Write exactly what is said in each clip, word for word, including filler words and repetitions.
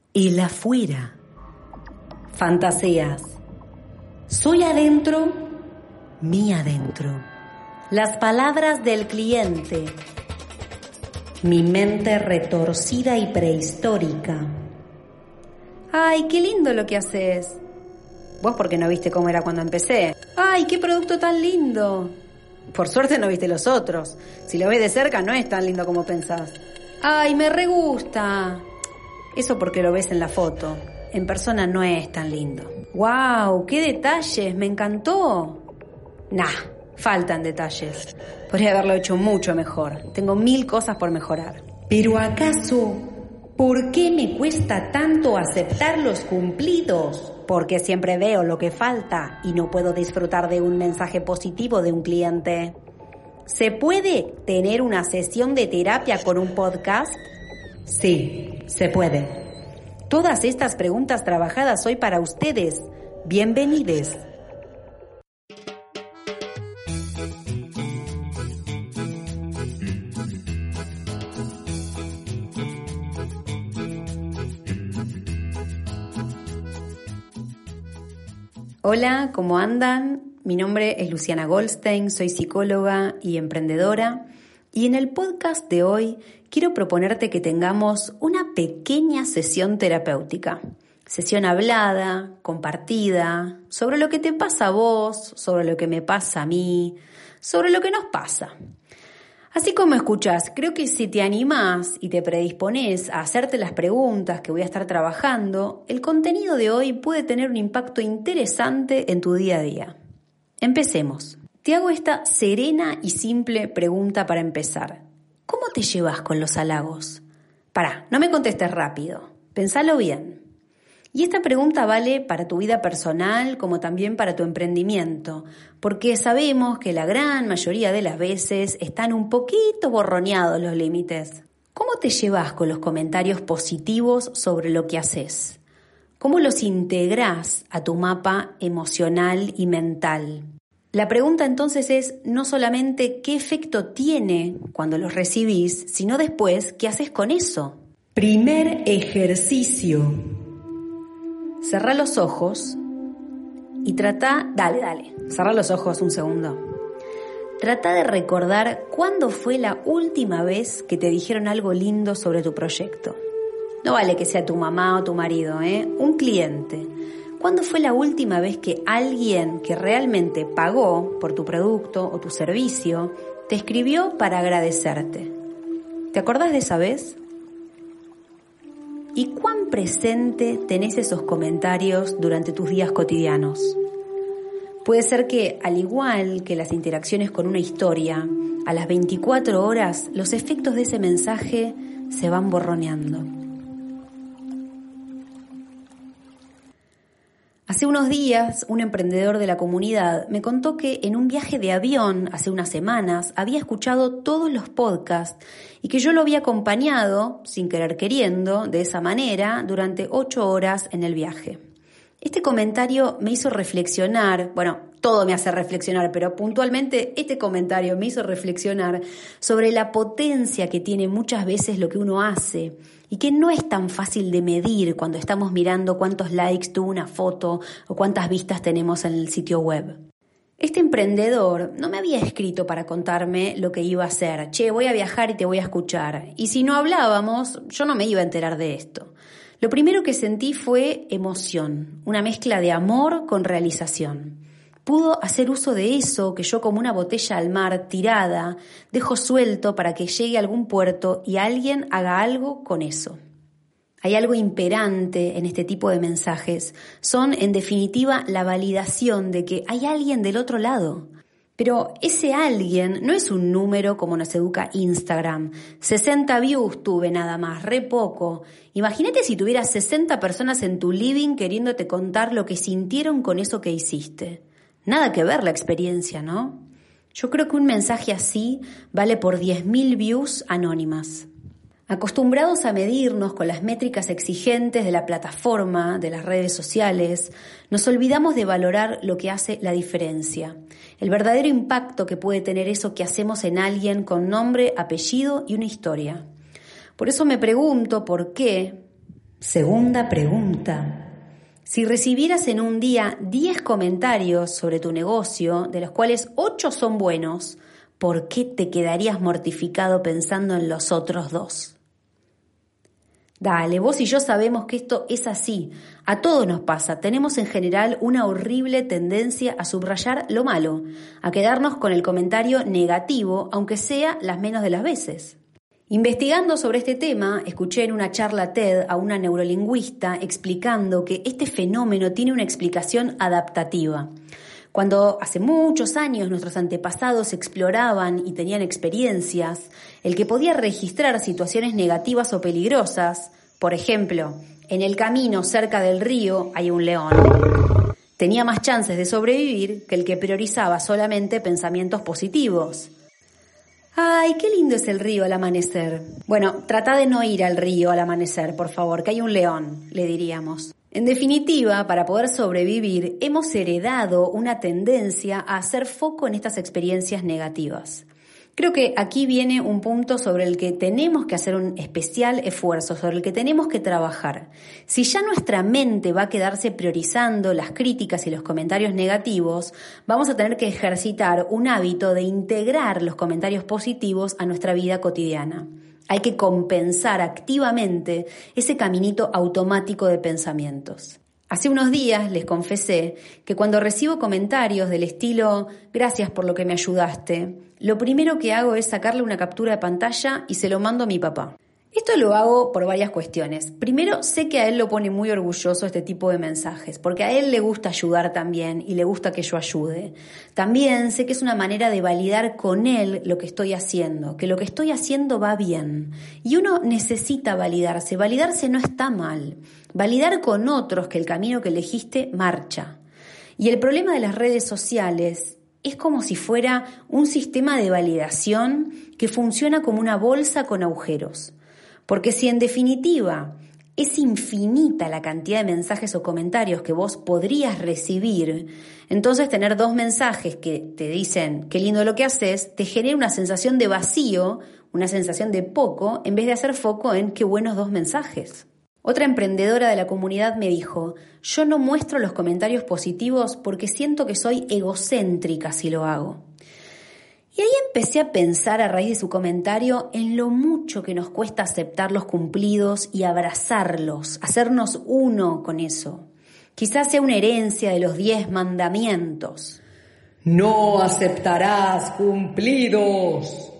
El afuera. Fantasías. Soy adentro, mi adentro. Las palabras del cliente. Mi mente retorcida y prehistórica. Ay, qué lindo lo que haces. Vos porque no viste cómo era cuando empecé. Ay, qué producto tan lindo. Por suerte no viste los otros. Si lo ves de cerca no es tan lindo como pensás. Ay, me re gusta. Eso porque lo ves en la foto. En persona no es tan lindo. ¡Wow! ¡Qué detalles! ¡Me encantó! Nah, faltan detalles. Podría haberlo hecho mucho mejor. Tengo mil cosas por mejorar. Pero ¿acaso por qué me cuesta tanto aceptar los cumplidos? Porque siempre veo lo que falta y no puedo disfrutar de un mensaje positivo de un cliente. ¿Se puede tener una sesión de terapia con un podcast? Sí, se puede. Todas estas preguntas trabajadas hoy para ustedes. Bienvenidos. Hola, ¿cómo andan? Mi nombre es Luciana Goldstein, soy psicóloga y emprendedora. Y en el podcast de hoy quiero proponerte que tengamos una pequeña sesión terapéutica. Sesión hablada, compartida, sobre lo que te pasa a vos, sobre lo que me pasa a mí, sobre lo que nos pasa. Así como escuchás, creo que si te animás y te predisponés a hacerte las preguntas que voy a estar trabajando, el contenido de hoy puede tener un impacto interesante en tu día a día. Empecemos. Te hago esta serena y simple pregunta para empezar. ¿Cómo te llevas con los halagos? Pará, no me contestes rápido. Pensalo bien. Y esta pregunta vale para tu vida personal como también para tu emprendimiento, porque sabemos que la gran mayoría de las veces están un poquito borroneados los límites. ¿Cómo te llevas con los comentarios positivos sobre lo que haces? ¿Cómo los integrás a tu mapa emocional y mental? La pregunta entonces es no solamente qué efecto tiene cuando los recibís, sino después qué haces con eso. Primer ejercicio. Cerrá los ojos y trata, dale, dale, cerrá los ojos un segundo. Trata de recordar cuándo fue la última vez que te dijeron algo lindo sobre tu proyecto. No vale que sea tu mamá o tu marido, ¿eh? Un cliente. ¿Cuándo fue la última vez que alguien que realmente pagó por tu producto o tu servicio te escribió para agradecerte? ¿Te acordás de esa vez? ¿Y cuán presente tenés esos comentarios durante tus días cotidianos? Puede ser que, al igual que las interacciones con una historia, a las veinticuatro horas los efectos de ese mensaje se van borroneando. Hace unos días, un emprendedor de la comunidad me contó que en un viaje de avión hace unas semanas había escuchado todos los podcasts y que yo lo había acompañado, sin querer queriendo, de esa manera, durante ocho horas en el viaje. Este comentario me hizo reflexionar, bueno, todo me hace reflexionar, pero puntualmente este comentario me hizo reflexionar sobre la potencia que tiene muchas veces lo que uno hace y que no es tan fácil de medir cuando estamos mirando cuántos likes tuvo una foto o cuántas vistas tenemos en el sitio web. Este emprendedor no me había escrito para contarme lo que iba a hacer. Che, voy a viajar y te voy a escuchar. Y si no hablábamos, yo no me iba a enterar de esto. Lo primero que sentí fue emoción, una mezcla de amor con realización. Pudo hacer uso de eso que yo, como una botella al mar tirada, dejo suelto para que llegue a algún puerto y alguien haga algo con eso. Hay algo imperante en este tipo de mensajes. Son, en definitiva, la validación de que hay alguien del otro lado. Pero ese alguien no es un número como nos educa Instagram. sesenta views tuve nada más, re poco. Imagínate si tuvieras sesenta personas en tu living queriéndote contar lo que sintieron con eso que hiciste. Nada que ver la experiencia, ¿no? Yo creo que un mensaje así vale por diez mil views anónimas. Acostumbrados a medirnos con las métricas exigentes de la plataforma, de las redes sociales, nos olvidamos de valorar lo que hace la diferencia, el verdadero impacto que puede tener eso que hacemos en alguien con nombre, apellido y una historia. Por eso me pregunto por qué, Segunda pregunta. Si recibieras en un día diez comentarios sobre tu negocio, de los cuales ocho son buenos, ¿por qué te quedarías mortificado pensando en los otros dos? Dale, vos y yo sabemos que esto es así. A todos nos pasa. Tenemos en general una horrible tendencia a subrayar lo malo, a quedarnos con el comentario negativo, aunque sea las menos de las veces. Investigando sobre este tema, escuché en una charla TED a una neurolingüista explicando que este fenómeno tiene una explicación adaptativa. Cuando hace muchos años nuestros antepasados exploraban y tenían experiencias, el que podía registrar situaciones negativas o peligrosas, por ejemplo, en el camino cerca del río hay un león, tenía más chances de sobrevivir que el que priorizaba solamente pensamientos positivos. ¡Ay, qué lindo es el río al amanecer! Bueno, trata de no ir al río al amanecer, por favor, que hay un león, le diríamos. En definitiva, para poder sobrevivir, hemos heredado una tendencia a hacer foco en estas experiencias negativas. Creo que aquí viene un punto sobre el que tenemos que hacer un especial esfuerzo, sobre el que tenemos que trabajar. Si ya nuestra mente va a quedarse priorizando las críticas y los comentarios negativos, vamos a tener que ejercitar un hábito de integrar los comentarios positivos a nuestra vida cotidiana. Hay que compensar activamente ese caminito automático de pensamientos. Hace unos días les confesé que cuando recibo comentarios del estilo «Gracias por lo que me ayudaste», lo primero que hago es sacarle una captura de pantalla y se lo mando a mi papá. Esto lo hago por varias cuestiones. Primero, sé que a él lo pone muy orgulloso este tipo de mensajes, porque a él le gusta ayudar también y le gusta que yo ayude. También sé que es una manera de validar con él lo que estoy haciendo, que lo que estoy haciendo va bien. Y uno necesita validarse. Validarse no está mal. Validar con otros que el camino que elegiste marcha. Y el problema de las redes sociales es como si fuera un sistema de validación que funciona como una bolsa con agujeros. Porque si en definitiva es infinita la cantidad de mensajes o comentarios que vos podrías recibir, entonces tener dos mensajes que te dicen qué lindo lo que haces, te genera una sensación de vacío, una sensación de poco, en vez de hacer foco en qué buenos dos mensajes. Otra emprendedora de la comunidad me dijo, yo no muestro los comentarios positivos porque siento que soy egocéntrica si lo hago. Y ahí empecé a pensar a raíz de su comentario en lo mucho que nos cuesta aceptar los cumplidos y abrazarlos, hacernos uno con eso. Quizás sea una herencia de los diez mandamientos. No aceptarás cumplidos,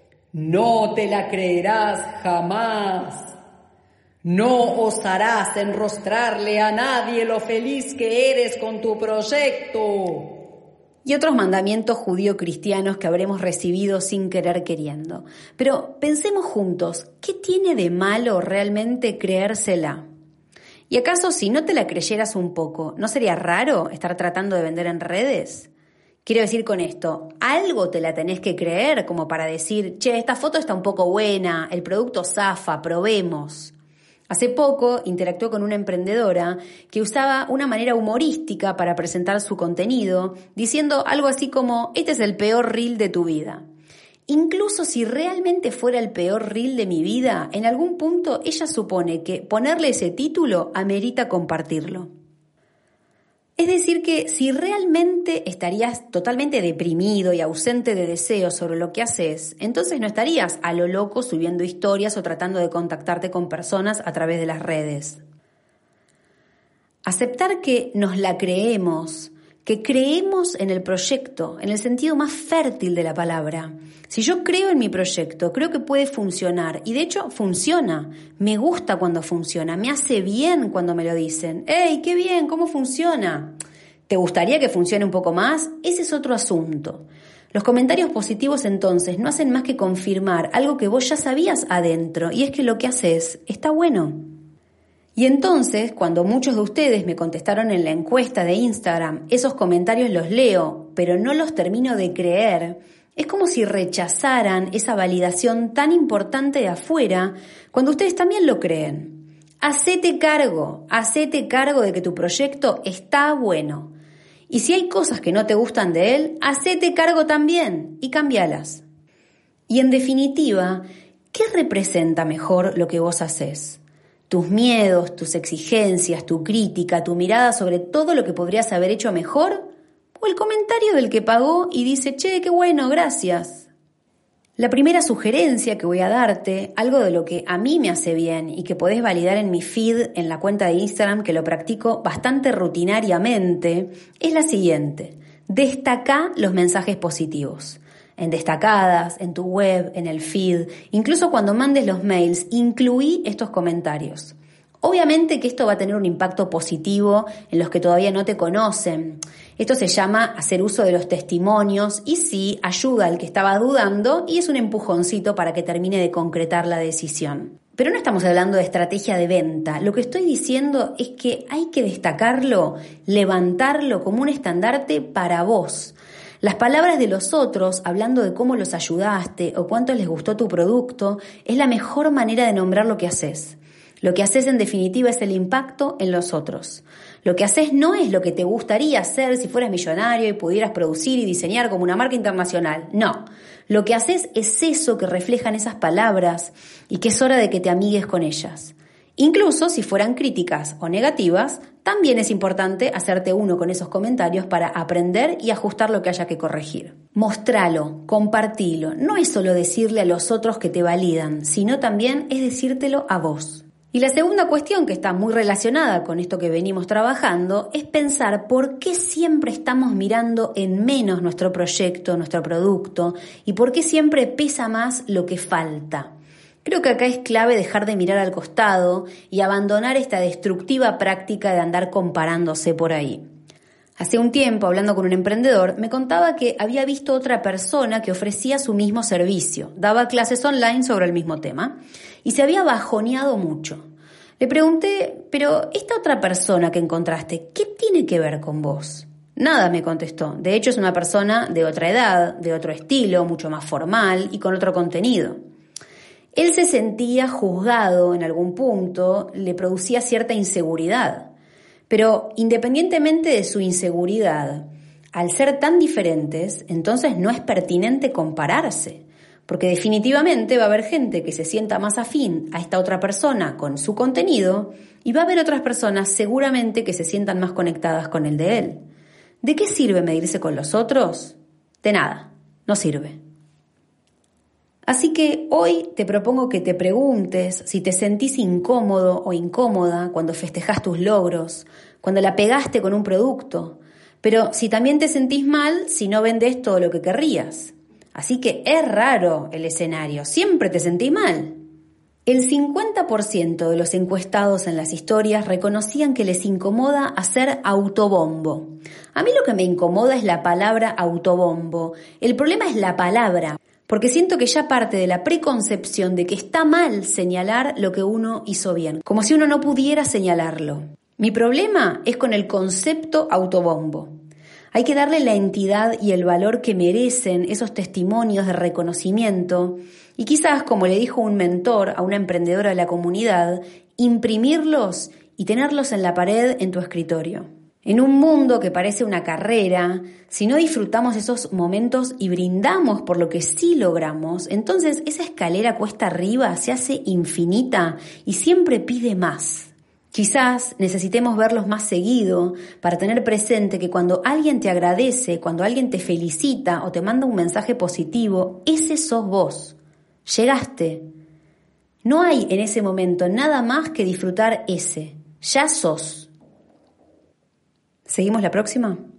no te la creerás jamás, no osarás enrostrarle a nadie lo feliz que eres con tu proyecto. Y otros mandamientos judío-cristianos que habremos recibido sin querer queriendo. Pero pensemos juntos, ¿qué tiene de malo realmente creérsela? ¿Y acaso si no te la creyeras un poco, no sería raro estar tratando de vender en redes? Quiero decir con esto, algo te la tenés que creer como para decir, che, esta foto está un poco buena, el producto zafa, probemos. Hace poco interactué con una emprendedora que usaba una manera humorística para presentar su contenido, diciendo algo así como, este es el peor reel de tu vida. Incluso si realmente fuera el peor reel de mi vida, en algún punto ella supone que ponerle ese título amerita compartirlo. Es decir que si realmente estarías totalmente deprimido y ausente de deseos sobre lo que haces, entonces no estarías a lo loco subiendo historias o tratando de contactarte con personas a través de las redes. Aceptar que nos la creemos, que creemos en el proyecto, en el sentido más fértil de la palabra. Si yo creo en mi proyecto, creo que puede funcionar y de hecho funciona. Me gusta cuando funciona, me hace bien cuando me lo dicen. ¡Ey, qué bien! ¿Cómo funciona? ¿Te gustaría que funcione un poco más? Ese es otro asunto. Los comentarios positivos entonces no hacen más que confirmar algo que vos ya sabías adentro y es que lo que haces está bueno. Y entonces, cuando muchos de ustedes me contestaron en la encuesta de Instagram, esos comentarios los leo, pero no los termino de creer, es como si rechazaran esa validación tan importante de afuera cuando ustedes también lo creen. Hacete cargo, hacete cargo de que tu proyecto está bueno. Y si hay cosas que no te gustan de él, hacete cargo también y cámbialas. Y en definitiva, ¿qué representa mejor lo que vos hacés? tus miedos, tus exigencias, tu crítica, tu mirada sobre todo lo que podrías haber hecho mejor, o el comentario del que pagó y dice, che, qué bueno, gracias. La primera sugerencia que voy a darte, algo de lo que a mí me hace bien y que podés validar en mi feed en la cuenta de Instagram, que lo practico bastante rutinariamente, es la siguiente. Destacá los mensajes positivos. En destacadas, en tu web, en el feed, incluso cuando mandes los mails, incluí estos comentarios. Obviamente que esto va a tener un impacto positivo en los que todavía no te conocen. Esto se llama hacer uso de los testimonios y sí, ayuda al que estaba dudando y es un empujoncito para que termine de concretar la decisión. Pero no estamos hablando de estrategia de venta. Lo que estoy diciendo es que hay que destacarlo, levantarlo como un estandarte para vos. Las palabras de los otros, hablando de cómo los ayudaste o cuánto les gustó tu producto, es la mejor manera de nombrar lo que haces. Lo que haces en definitiva es el impacto en los otros. Lo que haces no es lo que te gustaría hacer si fueras millonario y pudieras producir y diseñar como una marca internacional. No. Lo que haces es eso que reflejan esas palabras y que es hora de que te amigues con ellas. Incluso si fueran críticas o negativas, también es importante hacerte uno con esos comentarios para aprender y ajustar lo que haya que corregir. Mostralo, compartilo. No es solo decirle a los otros que te validan, sino también es decírtelo a vos. Y la segunda cuestión, que está muy relacionada con esto que venimos trabajando, es pensar por qué siempre estamos mirando en menos nuestro proyecto, nuestro producto, y por qué siempre pesa más lo que falta. Creo que acá es clave dejar de mirar al costado y abandonar esta destructiva práctica de andar comparándose por ahí. Hace un tiempo, hablando con un emprendedor, me contaba que había visto otra persona que ofrecía su mismo servicio, daba clases online sobre el mismo tema y se había bajoneado mucho. Le pregunté, pero esta otra persona que encontraste, ¿qué tiene que ver con vos? Nada, me contestó. De hecho, es una persona de otra edad, de otro estilo, mucho más formal y con otro contenido. Él se sentía juzgado en algún punto, le producía cierta inseguridad. Pero independientemente de su inseguridad, al ser tan diferentes, entonces no es pertinente compararse. Porque definitivamente va a haber gente que se sienta más afín a esta otra persona con su contenido y va a haber otras personas seguramente que se sientan más conectadas con el de él. ¿De qué sirve medirse con los otros? De nada, no sirve. Así que hoy te propongo que te preguntes si te sentís incómodo o incómoda cuando festejás tus logros, cuando la pegaste con un producto, pero si también te sentís mal si no vendés todo lo que querrías. Así que es raro el escenario, siempre te sentís mal. El cincuenta por ciento de los encuestados en las historias reconocían que les incomoda hacer autobombo. A mí lo que me incomoda es la palabra autobombo. El problema es la palabra. Porque siento que ya parte de la preconcepción de que está mal señalar lo que uno hizo bien, como si uno no pudiera señalarlo. Mi problema es con el concepto autobombo. Hay que darle la entidad y el valor que merecen esos testimonios de reconocimiento y quizás, como le dijo un mentor a una emprendedora de la comunidad, imprimirlos y tenerlos en la pared en tu escritorio. En un mundo que parece una carrera, si no disfrutamos esos momentos y brindamos por lo que sí logramos, entonces esa escalera cuesta arriba se hace infinita y siempre pide más. Quizás necesitemos verlos más seguido para tener presente que cuando alguien te agradece, cuando alguien te felicita o te manda un mensaje positivo, ese sos vos. Llegaste. No hay en ese momento nada más que disfrutar ese. Ya sos. ¿Seguimos la próxima?